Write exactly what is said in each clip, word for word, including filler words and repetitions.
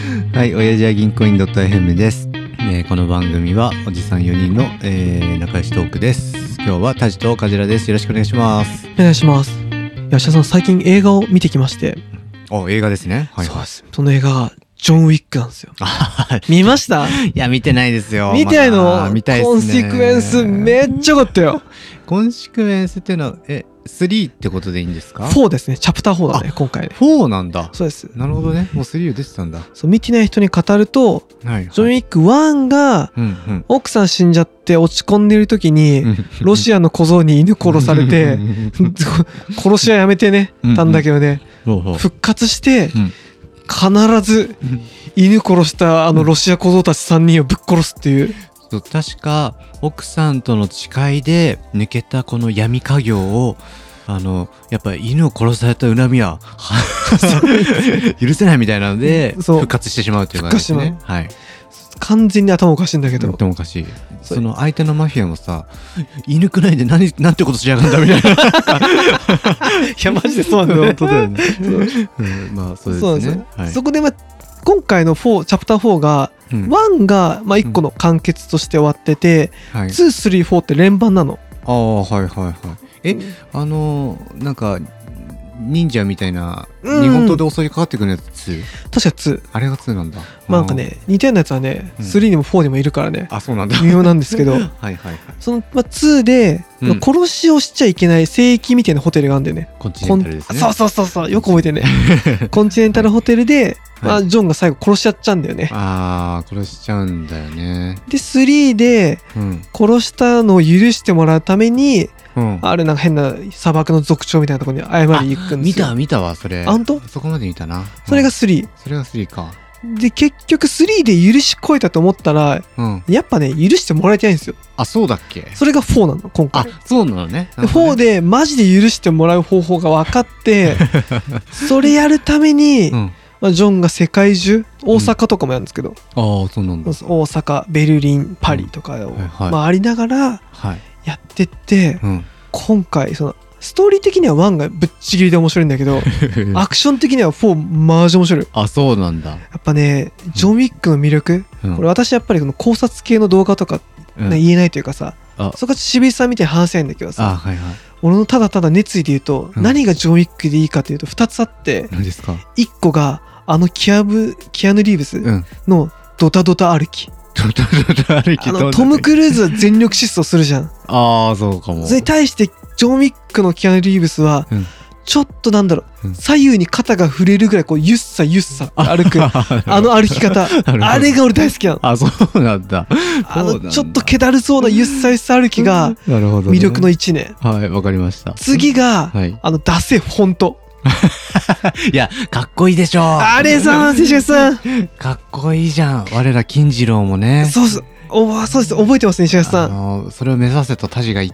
はい、親父は銀行員 .fm です、えー、この番組はおじさんよにんの、えー、仲良しトークです。今日はタジとカジラです。よろしくお願いします。 お願いします。吉田さん、最近映画を見てきまして。 あ、映画ですね。はい、 そうです。その映画がジョン・ウィックなんですよ。見ました？ いや、見てないですよ。 見てないの？ まだ見たいですね。 コンシクエンスめっちゃ良かったよ。 コンシクエンスっていうのはえスリーってことでいいんですか？ フォーですね。チャプターフォーだね、今回。 フォーなんだ。 そうです。 なるほどね。もうスリー出てたんだ。 そう、見てない人に語ると、はいはい、ジョン・ウィックワンが、うんうん、奥さん死んじゃって落ち込んでいる時にロシアの小僧に犬殺されて殺しはやめてねたんだけどね、復活して、うん、必ず犬殺したあのロシア小僧たちさんにんをぶっ殺すっていう。 そう、確か奥さんとの誓いで抜けたこの闇家業をあのやっぱり犬を殺された恨みは許せないみたいなので復活してしまうっていう感じですね。はい、 完全に頭おかしいんだけど。 頭おかしい。その相手のマフィアもさ、犬くらいで何なんてことしやがんだみたいな。いやマジでそうなんだよね。 本当だよね。うん、まあそうですね。 はい、そこでまあ今回のフォーチャプターフォーが、うん、ワンがまあいっこの完結として終わってて、うん、はい、ツー、スリー、フォーって連番なの。 ああ、はいはいはい。え、うん、あのなんか忍者みたいな、うん、日本刀で襲いかかってくるやつツー？確かツー。 あれがツーなんだ。 まあなんかね、似たようなやつはね、うん、スリーにもフォーにもいるからね。 あ、そうなんだ。 微妙なんですけど。はいはいはい。 その、まあ、ツーで、うん、殺しをしちゃいけない聖域みたいなホテルがあるんだよね。 コンチネンタルですね。 そうそうそうそう、よく覚えてるね。コンチネンタルホテルで、まあ、ジョンが最後殺しちゃっちゃうんだよね。 ああ、殺しちゃうんだよね。 で、スリーで、殺したのを許してもらうために、うん、あれなんか変な砂漠の族長みたいなところに謝りに行くんですよ。 見た見たわそれ。 あ、本当？ そこまで見たな。 それがスリー。 それがスリーか。 で結局スリーで許し超えたと思ったら、うん、やっぱね許してもらえてないんですよ。 あ、そうだっけ？ それがフォーなの今回。 あ、そうなのね。 でフォーでマジで許してもらう方法が分かってそれやるために、うん、まあ、ジョンが世界中大阪とかもやるんですけど、うん、 ああそうなんだ。大阪、ベルリン、パリとかを回りながらやってって、うん、今回そのストーリー的にはワンがぶっちぎりで面白いんだけどアクション的にはフォーマージ面白い。 あ、そうなんだ。 やっぱねジョン・ウィックの魅力、うん、これ私やっぱりこの考察系の動画とか、ね、うん、言えないというかさ、そこは渋井さんみたいに話せないんだけどさ、あ、はいはい、俺のただただ熱意で言うと、うん、何がジョン・ウィックでいいかというとふたつあって、 何ですか？ いっこがあのキアブキアヌ・リーブスのドタドタ歩き、 ドタドタ歩き、あのトム・クルーズは全力疾走するじゃん。 ああ、そうかも。 それに対してジョン・ウィックのキアヌ・リーブスは、うん、ちょっとなんだろう、うん、左右に肩が触れるぐらいこうゆっさゆっさ歩く あ, あの歩き方あれが俺大好きなの。 あ、そうなんだ。 あのちょっと気だるそうなゆっさゆっさ歩きが魅力のいちね。 はい、わかりました。 次が、はい、あのダセフォントいや、かっこいいでしょ。 あれさん、西さんかっこいいじゃん。我ら金次郎もね。 そうそう、お、そうです、覚えてますね、西さん。 あのそれを目指せとタジが言って、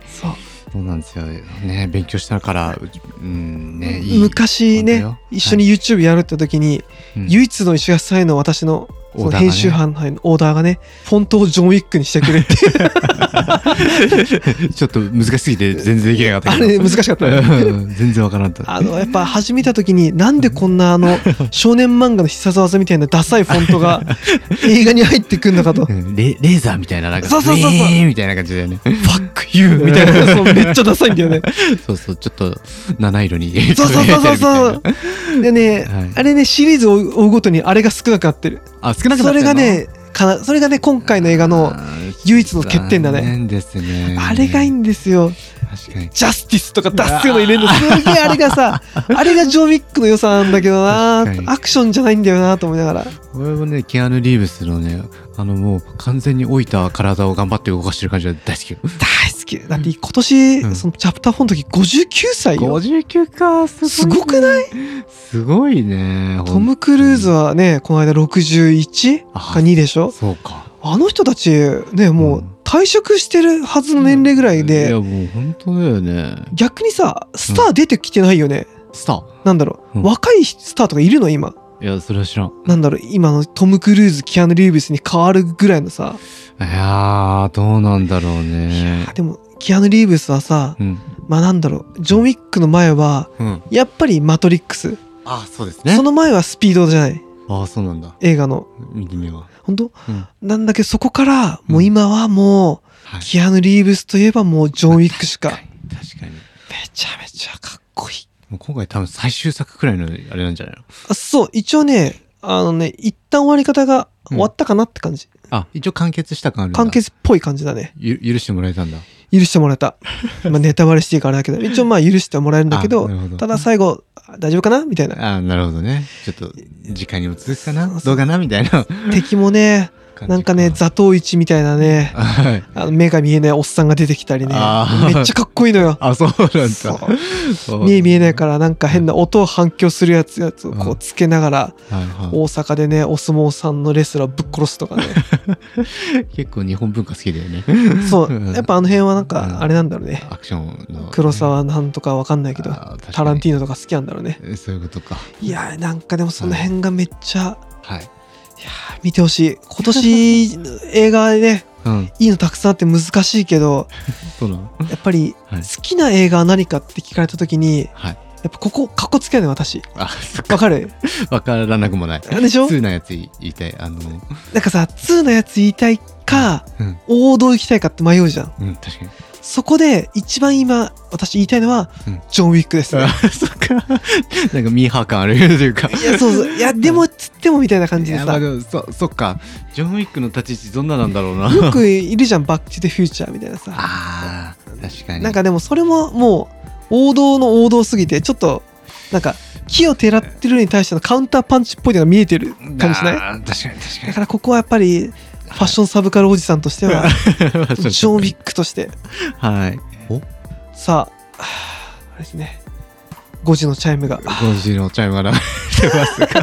そうそうなんですよね。勉強したから、うんね、いい。 昔ね、一緒に YouTube やるって時に、はい、唯一の石橋さんへの私のその編集班のオーダーがね、フォントをジョン・ウィックにしてくれってちょっと難しすぎて全然できなかったけど、 あれ難しかった、ね、 全然わからんかった。 あのやっぱ始めた時になんでこんなあの少年漫画の必殺技みたいなダサいフォントが映画に入ってくるのかと。レ, レーザーみたいな、なんかそうそうそうそう、 えー、みたいな感じだよね。 ファックユーみたいなそうめっちゃダサいんだよね。 そうそう、ちょっと七色にそうそうそうそうそうでね、はい、あれねシリーズを追うごとにあれが少なくなってる。 あ、少なくなってるの？ それがねかな、それがね今回の映画の唯一の欠点だね。 残念ですね。 あれがいいんですよ。 確かにジャスティスとか出すの入れるのすげえ、あれがさあれがジョン・ウィックの良さなんだけどな、アクションじゃないんだよなと思いながら。 俺もねキアヌ・リーブスのね、あのもう完全に老いた体を頑張って動かしてる感じが大好き。 大好きだって今年、うん、そのチャプターフォーの時ごじゅうきゅうさいよ。 ごじゅうきゅうか、すごい、ね、 すごくない？ すごいね。 トム・クルーズはねこの間ろくじゅういちかにでしょ。 そうか。 あの人たちねもう退職してるはずの年齢ぐらいで、 うん、いやもう本当だよね。 逆にさスター出てきてないよね、 うん、スターなんだろう、うん、若いスターとかいるの今。 いやそれは知らん。 なんだろう今のトム・クルーズ、キアヌ・リーブスに変わるぐらいのさ。 いやーどうなんだろうね。 いやでもキアヌ・リーブスはさ、うん、まあなんだろうジョン・ウィックの前は、うん、やっぱりマトリックス。 あ、そうですね。 その前はスピードじゃない。 ああそうなんだ。 映画の見てみよう。 本当、 うん、 なんだけどそこからもう今はもう、うん、キアヌ・リーブスといえばもうジョン・ウィックしか、 確かに確かにめちゃめちゃかっこいい。 もう今回多分最終作くらいのあれなんじゃないの？ あそう一応ねあのね一旦終わり方が終わったかなって感じ、 うん、あ一応完結した感あるんだ。 完結っぽい感じだね。 ゆ許してもらえたんだ。 許してもらえた。まあネタバレしていいからだけど一応まあ許してもらえるんだけどただ最後大丈夫かなみたいな。 あなるほどね。ちょっと時間にも続くかなどうかなみたいな。 敵もねなんかね座頭市みたいなね、はい、あの目が見えないおっさんが出てきたりねめっちゃかっこいいのよ。 あそうなんだ。見え見えないからなんか変な音を反響するやつやつをこうつけながら、はいはい、大阪でねお相撲さんのレスラーぶっ殺すとかね結構日本文化好きだよね。 そうやっぱあの辺はなんかあれなんだろうね、 アクションの、ね、 黒沢なんとかわかんないけどタランティーノとか好きなんだろうね。 そういうことか。 いやなんかでもその辺がめっちゃ、 はいいや見てほしい。今年映画でね、うん、いいのたくさんあって難しいけどそうなのやっぱり好きな映画は何かって聞かれた時に、はい、やっぱここかっこつけないの私。わかる？ わからなくもない。 でしょ？ ツーなやつ言いたい。あのなんかさツーなやつ言いたいか、うん、王道行きたいかって迷うじゃん。 うん確かに。 そこで一番今私言いたいのは、うん、ジョン・ウィックですね。 そっか。なんかミーハー感あるというか。 いやそうそういやでもつってもみたいな感じでさ。いやまあでもそ, そっかジョン・ウィックの立ち位置どんななんだろうな。 よくいるじゃんバック・トゥ・ザ・フューチャーみたいなさ。 あ確かに。 なんかでもそれももう王道の王道すぎてちょっとなんか木をてらってるに対してのカウンターパンチっぽいのが見えてる感じしない？ 確かに確かに。 だからここはやっぱりファッションサブカルおじさんとしてはジョン・ウィックとしてはいおさああれですねごじのチャイムがごじのチャイムが流れてますか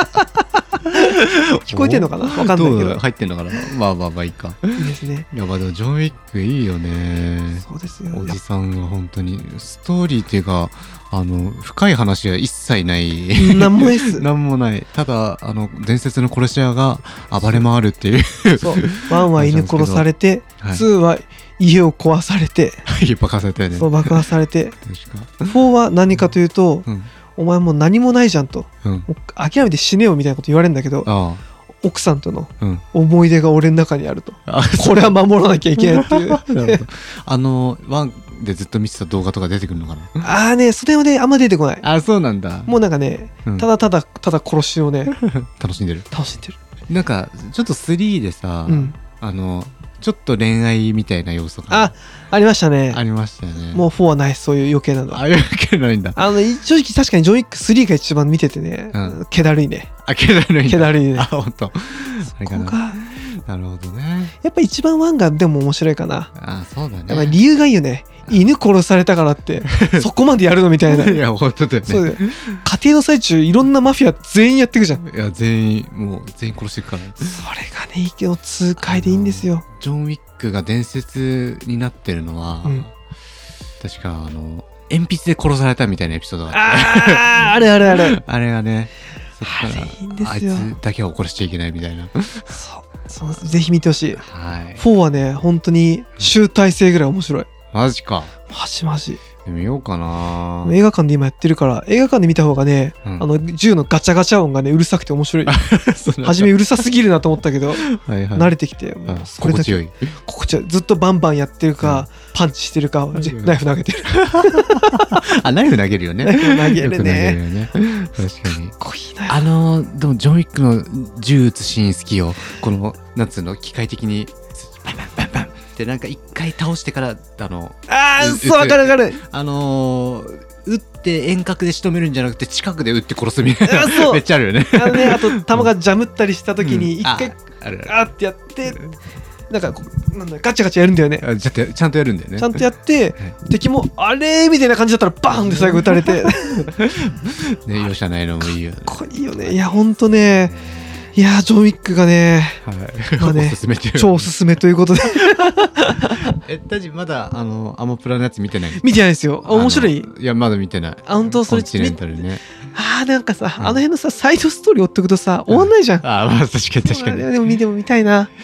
聞こえてんのかなわかんないけど入ってんのかな。まあまあまあいいか。 いいですね。 いやまあでもジョン・ウィックいいよね。 そうですよ。 おじさんが本当にストーリーっていうかあの深い話は一切ないなんもないっすなんもない。ただあの伝説の殺し屋が暴れ回るっていうそうワンは犬殺されて、はい、ツーは家を壊されて爆破されたよね。 そう爆破されてフォーは何かというと、うん、お前もう何もないじゃんと、うん、もう諦めて死ねよみたいなこと言われるんだけどああ奥さんとの思い出が俺の中にあると、うん、これは守らなきゃいけないっていうあのワンでずっと見てた動画とか出てくるのかな。 ああねそれはねあんま出てこない。 あそうなんだ。 もうなんかね、うん、ただただただ殺しをね楽しんでる楽しんでる。 なんかちょっとスリーでさ、うん、あのちょっと恋愛みたいな要素があありましたね。 ありましたよね。 もうフォーはないそういう余計なの。 あ余計ないんだ。 あの正直確かにジョン・ウィックスリーが一番見ててね、うん、気だるいね。 あ気だるい気だるいね。 あ本当。 そこがなるほどね。 やっぱ一番ワンがでも面白いかな。 あそうだね。 やっぱ理由がいいよね。犬殺されたからってそこまでやるのみたいな。 いや本当だよね。そう家庭の最中いろんなマフィア全員やっていくじゃん。 いや全員もう全員殺していくから。 それがねいいけど痛快でいいんですよ。 ジョン・ウィックが伝説になってるのは、うん、確かあの鉛筆で殺されたみたいなエピソードがあってああれあれあれあれがねそっからあれいいんですよ。 あいつだけは殺しちゃいけないみたいな。 そうそうぜひ見てほしい。 はい。 フォーはね本当に集大成ぐらい面白い。 マジか。 マジマジ。 見ようかな。 映画館で今やってるから映画館で見た方がね、うん、あの銃のガチャガチャ音がねうるさくて面白い。初めうるさすぎるなと思ったけどはい、はい、慣れてきてもうこれだけ心地よい心地よい。ずっとバンバンやってるか、うん、パンチしてるか、うん、ナイフ投げてるあナイフ投げるよね。 ナイフ投げるね。 よね確かに。 かっこいいな。 あのでもジョン・ウィックの銃撃つシーン好きよ。このなんつうの機械的にバンバンバンバンでなんか一回倒してからあのあーそうわかるわかる。 あのー、撃って遠隔で仕留めるんじゃなくて近くで撃って殺すみたいなそうめっちゃあるよね。 あのねあと弾がジャムったりした時に一回、うん、ああるあってやってなんかなんだガチャガチャやるんだよね。 あちゃんとちゃんとやるんだよね。 ちゃんとやって敵もあれみたいな感じだったらバーンって最後撃たれてね容赦ないのもいいよね。 かっこいいよね。いやほんとねいやジョン・ウィックがね、 はいまあね、おすすめという超おすすめということでえタジまだあのアマプラのやつ見てない？ 見てないですよ。面白い？ いやまだ見てない。 あ本当それコンチネンタルね。 あーなんかさ、うん、あの辺のさサイドストーリー追っておくとさ終わんないじゃん。 あまあ確かに確かに。 でも見ても見たいな。 い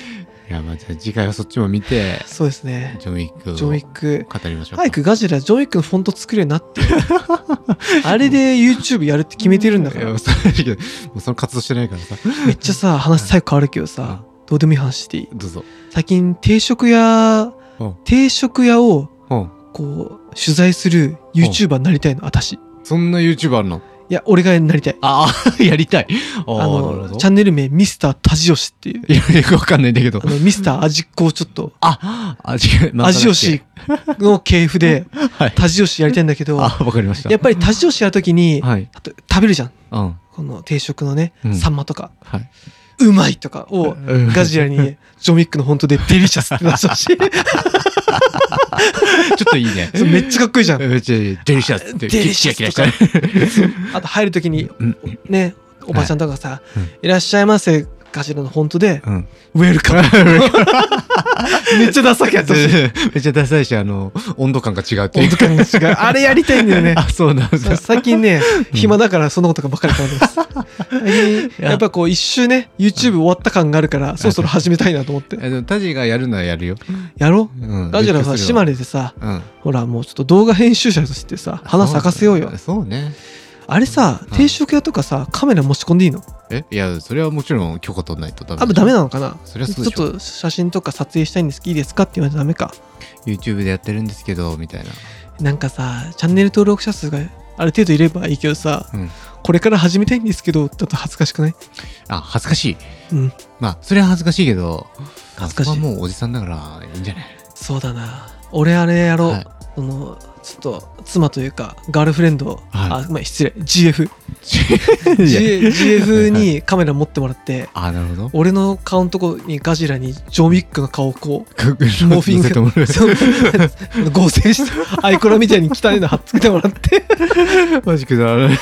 いやまあじゃあ次回はそっちも見て、 そうですね。 ジョンウィックをジョンウィック語りましょうか。 早くガジラジョンウィックのフォント作れるなってあれで YouTube やるって決めてるんだから。 いやそれだけどもうその活動してないからさ。 めっちゃさ話最後変わるけどさ、どうでもいい話していい？ どうぞ。 最近定食屋定食屋をこう取材する YouTuber になりたいの私。 そんな YouTuber あるの？ いや俺がなりたい。 ああやりたい。ああのチャンネル名ミスタータジヨシっていう。 いやよくわかんないんだけど。 あのミスター味っ子をちょっとあ味味よしの系譜でタジヨシやりたいんだけど。 あわかりました。 やっぱりタジヨシやるときに、はい、食べるじゃん。 うん、 この定食のね、うん、サンマとか。 はいうまいとかをガジラにジョンウィックの本当でデリシャスってなったしちょっといいね。 めっちゃかっこいいじゃん。 めっちゃいいデリシャスってデリシャスとかあと入るときにねおばちゃんとかさ、はい、いらっしゃいませガジラのフォントで、うん、ウェルカムめっちゃダサくやったしめっちゃダサいし、あの温度感が違うっていう温度感が違うあれやりたいんだよね。 あそうなんですか。 最近ね暇だからそのことばっかり考えてますやっぱこう一周ね YouTube 終わった感があるからそろそろ始めたいなと思って。 タジがやるならやるよ。 やろう、うん、ガジラさ島根でさ、うん、ほらもうちょっと動画編集者としてさ花咲かせようよ。 そうね。 あれさ定食屋とかさカメラ持ち込んでいいの？ えいやそれはもちろん許可取らないとダメ。 あダメなのかな。 それはそうでしょ。 ちょっと写真とか撮影したいんですけどいいですかって言われてダメか。 YouTube でやってるんですけどみたいな。 なんかさチャンネル登録者数がある程度いればいいけどさ、うん、これから始めたいんですけどだと恥ずかしくない？ あ恥ずかしい。 うんまあそれは恥ずかしいけど恥ずかしい。 まあ、もうおじさんだからいいんじゃない？ そうだな俺あれやろう、はい、そのちょっと妻というかガールフレンド、はい、あまあ失礼 ジーエフ ジーエフ にカメラ持ってもらってあなるほど。 俺の顔のとこにガジラにジョンウィックの顔をこうモーフィング合成してアイコラみたいに汚いの貼っつけてもらってマジくだらない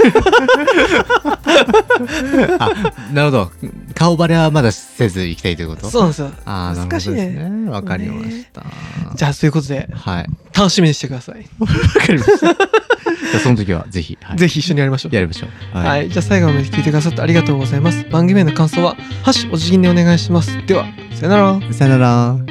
あなるほど。顔バレはまだせず行きたいということ？ そうなんですよ。 あ難しいね。わかりました、ね、 じゃあそういうことで、 はい、 楽しみにしてください。 わかりましたじゃあその時はぜひ、 はい、ぜひ一緒にやりましょう。 やりましょう。 はい、はい、じゃあ最後まで聞いてくださってありがとうございます。番組への感想はハッシュお辞儀でお願いします。ではさよなら。 さよなら。